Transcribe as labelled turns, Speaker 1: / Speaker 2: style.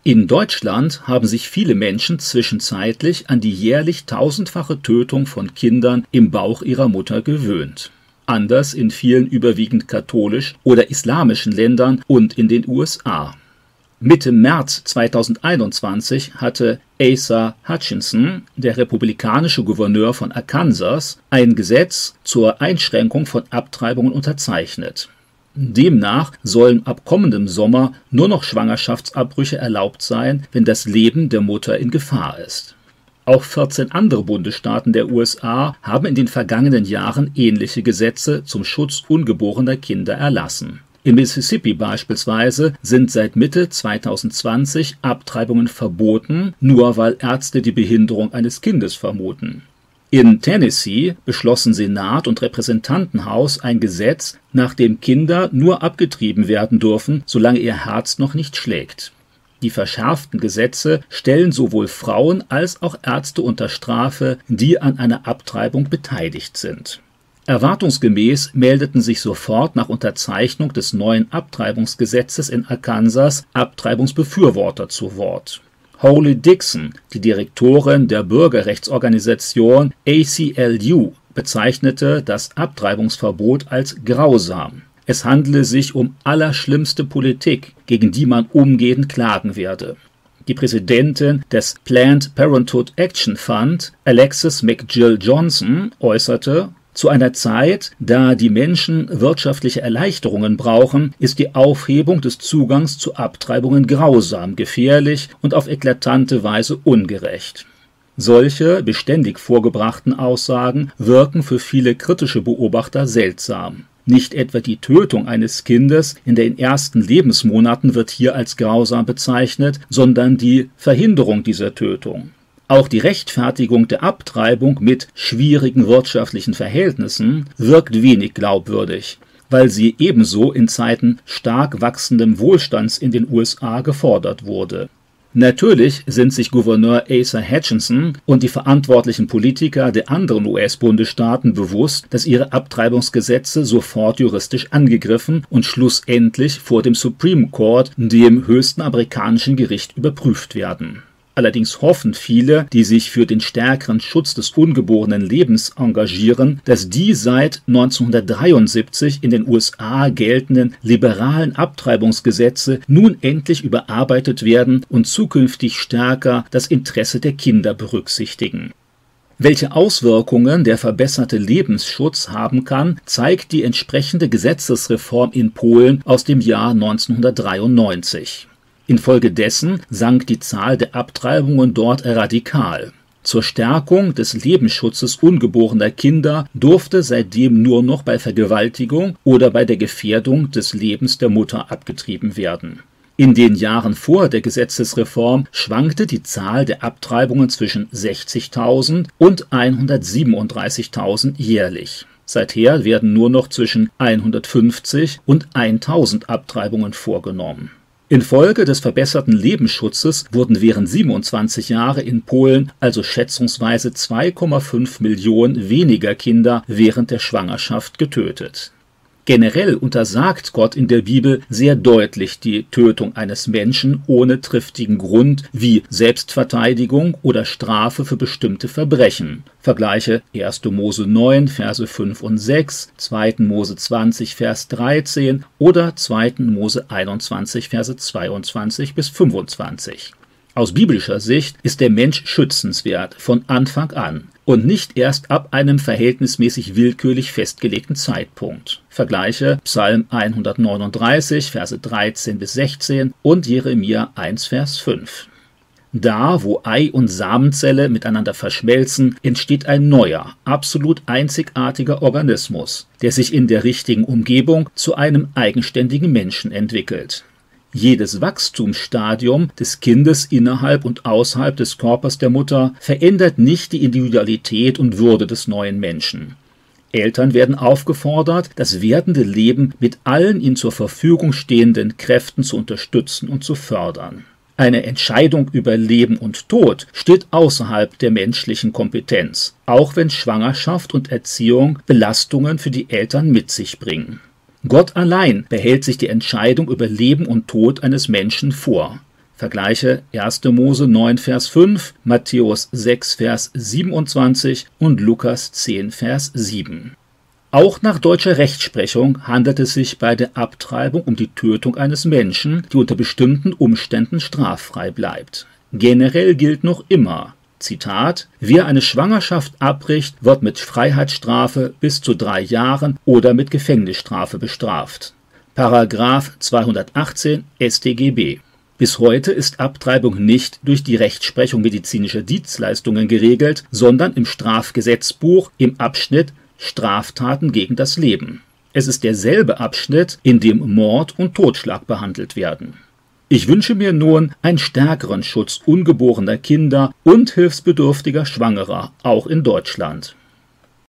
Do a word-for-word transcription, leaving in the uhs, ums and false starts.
Speaker 1: In Deutschland haben sich viele Menschen zwischenzeitlich an die jährlich tausendfache Tötung von Kindern im Bauch ihrer Mutter gewöhnt. Anders in vielen überwiegend katholisch oder islamischen Ländern und in den U S A. Mitte März zweitausendeinundzwanzig hatte Asa Hutchinson, der republikanische Gouverneur von Arkansas, ein Gesetz zur Einschränkung von Abtreibungen unterzeichnet. Demnach sollen ab kommendem Sommer nur noch Schwangerschaftsabbrüche erlaubt sein, wenn das Leben der Mutter in Gefahr ist. Auch vierzehn andere Bundesstaaten der U S A haben in den vergangenen Jahren ähnliche Gesetze zum Schutz ungeborener Kinder erlassen. In Mississippi beispielsweise sind seit Mitte zweitausendzwanzig Abtreibungen verboten, nur weil Ärzte die Behinderung eines Kindes vermuten. In Tennessee beschlossen Senat und Repräsentantenhaus ein Gesetz, nach dem Kinder nur abgetrieben werden dürfen, solange ihr Herz noch nicht schlägt. Die verschärften Gesetze stellen sowohl Frauen als auch Ärzte unter Strafe, die an einer Abtreibung beteiligt sind. Erwartungsgemäß meldeten sich sofort nach Unterzeichnung des neuen Abtreibungsgesetzes in Arkansas Abtreibungsbefürworter zu Wort. Holly Dixon, die Direktorin der Bürgerrechtsorganisation A C L U, bezeichnete das Abtreibungsverbot als grausam. Es handele sich um allerschlimmste Politik, gegen die man umgehend klagen werde. Die Präsidentin des Planned Parenthood Action Fund, Alexis McGill Johnson, äußerte: Zu einer Zeit, da die Menschen wirtschaftliche Erleichterungen brauchen, ist die Aufhebung des Zugangs zu Abtreibungen grausam, gefährlich und auf eklatante Weise ungerecht. Solche beständig vorgebrachten Aussagen wirken für viele kritische Beobachter seltsam. Nicht etwa die Tötung eines Kindes in den ersten Lebensmonaten wird hier als grausam bezeichnet, sondern die Verhinderung dieser Tötung. Auch die Rechtfertigung der Abtreibung mit schwierigen wirtschaftlichen Verhältnissen wirkt wenig glaubwürdig, weil sie ebenso in Zeiten stark wachsendem Wohlstands in den U S A gefordert wurde. Natürlich sind sich Gouverneur Asa Hutchinson und die verantwortlichen Politiker der anderen U S-Bundesstaaten bewusst, dass ihre Abtreibungsgesetze sofort juristisch angegriffen und schlussendlich vor dem Supreme Court, dem höchsten amerikanischen Gericht, überprüft werden. Allerdings hoffen viele, die sich für den stärkeren Schutz des ungeborenen Lebens engagieren, dass die seit neunzehnhundertdreiundsiebzig in den U S A geltenden liberalen Abtreibungsgesetze nun endlich überarbeitet werden und zukünftig stärker das Interesse der Kinder berücksichtigen. Welche Auswirkungen der verbesserte Lebensschutz haben kann, zeigt die entsprechende Gesetzesreform in Polen aus dem Jahr neunzehnhundertdreiundneunzig. Infolgedessen sank die Zahl der Abtreibungen dort radikal. Zur Stärkung des Lebensschutzes ungeborener Kinder durfte seitdem nur noch bei Vergewaltigung oder bei der Gefährdung des Lebens der Mutter abgetrieben werden. In den Jahren vor der Gesetzesreform schwankte die Zahl der Abtreibungen zwischen sechzigtausend und hundertsiebenunddreißigtausend jährlich. Seither werden nur noch zwischen hundertfünfzig und tausend Abtreibungen vorgenommen. Infolge des verbesserten Lebensschutzes wurden während siebenundzwanzig Jahre in Polen also schätzungsweise zwei Komma fünf Millionen weniger Kinder während der Schwangerschaft getötet. Generell untersagt Gott in der Bibel sehr deutlich die Tötung eines Menschen ohne triftigen Grund wie Selbstverteidigung oder Strafe für bestimmte Verbrechen. Vergleiche erster Mose neun, Verse fünf und sechs, zweiter Mose zwanzig, Vers dreizehn oder zweiter Mose einundzwanzig, Verse zweiundzwanzig bis fünfundzwanzig. Aus biblischer Sicht ist der Mensch schützenswert von Anfang an und nicht erst ab einem verhältnismäßig willkürlich festgelegten Zeitpunkt. Vergleiche Psalm hundertneununddreißig, Verse dreizehn bis sechzehn und Jeremia eins, Vers fünf. Da, wo Ei und Samenzelle miteinander verschmelzen, entsteht ein neuer, absolut einzigartiger Organismus, der sich in der richtigen Umgebung zu einem eigenständigen Menschen entwickelt. Jedes Wachstumsstadium des Kindes innerhalb und außerhalb des Körpers der Mutter verändert nicht die Individualität und Würde des neuen Menschen. Eltern werden aufgefordert, das werdende Leben mit allen ihnen zur Verfügung stehenden Kräften zu unterstützen und zu fördern. Eine Entscheidung über Leben und Tod steht außerhalb der menschlichen Kompetenz, auch wenn Schwangerschaft und Erziehung Belastungen für die Eltern mit sich bringen. Gott allein behält sich die Entscheidung über Leben und Tod eines Menschen vor. Vergleiche erster Mose neun, Vers fünf, Matthäus sechs, Vers siebenundzwanzig und Lukas zehn, Vers sieben. Auch nach deutscher Rechtsprechung handelt es sich bei der Abtreibung um die Tötung eines Menschen, die unter bestimmten Umständen straffrei bleibt. Generell gilt noch immer, Zitat, wer eine Schwangerschaft abbricht, wird mit Freiheitsstrafe bis zu drei Jahren oder mit Gefängnisstrafe bestraft. Paragraph zweihundertachtzehn S tGB. Bis heute ist Abtreibung nicht durch die Rechtsprechung medizinischer Dienstleistungen geregelt, sondern im Strafgesetzbuch im Abschnitt Straftaten gegen das Leben. Es ist derselbe Abschnitt, in dem Mord und Totschlag behandelt werden. Ich wünsche mir nun einen stärkeren Schutz ungeborener Kinder und hilfsbedürftiger Schwangerer, auch in Deutschland.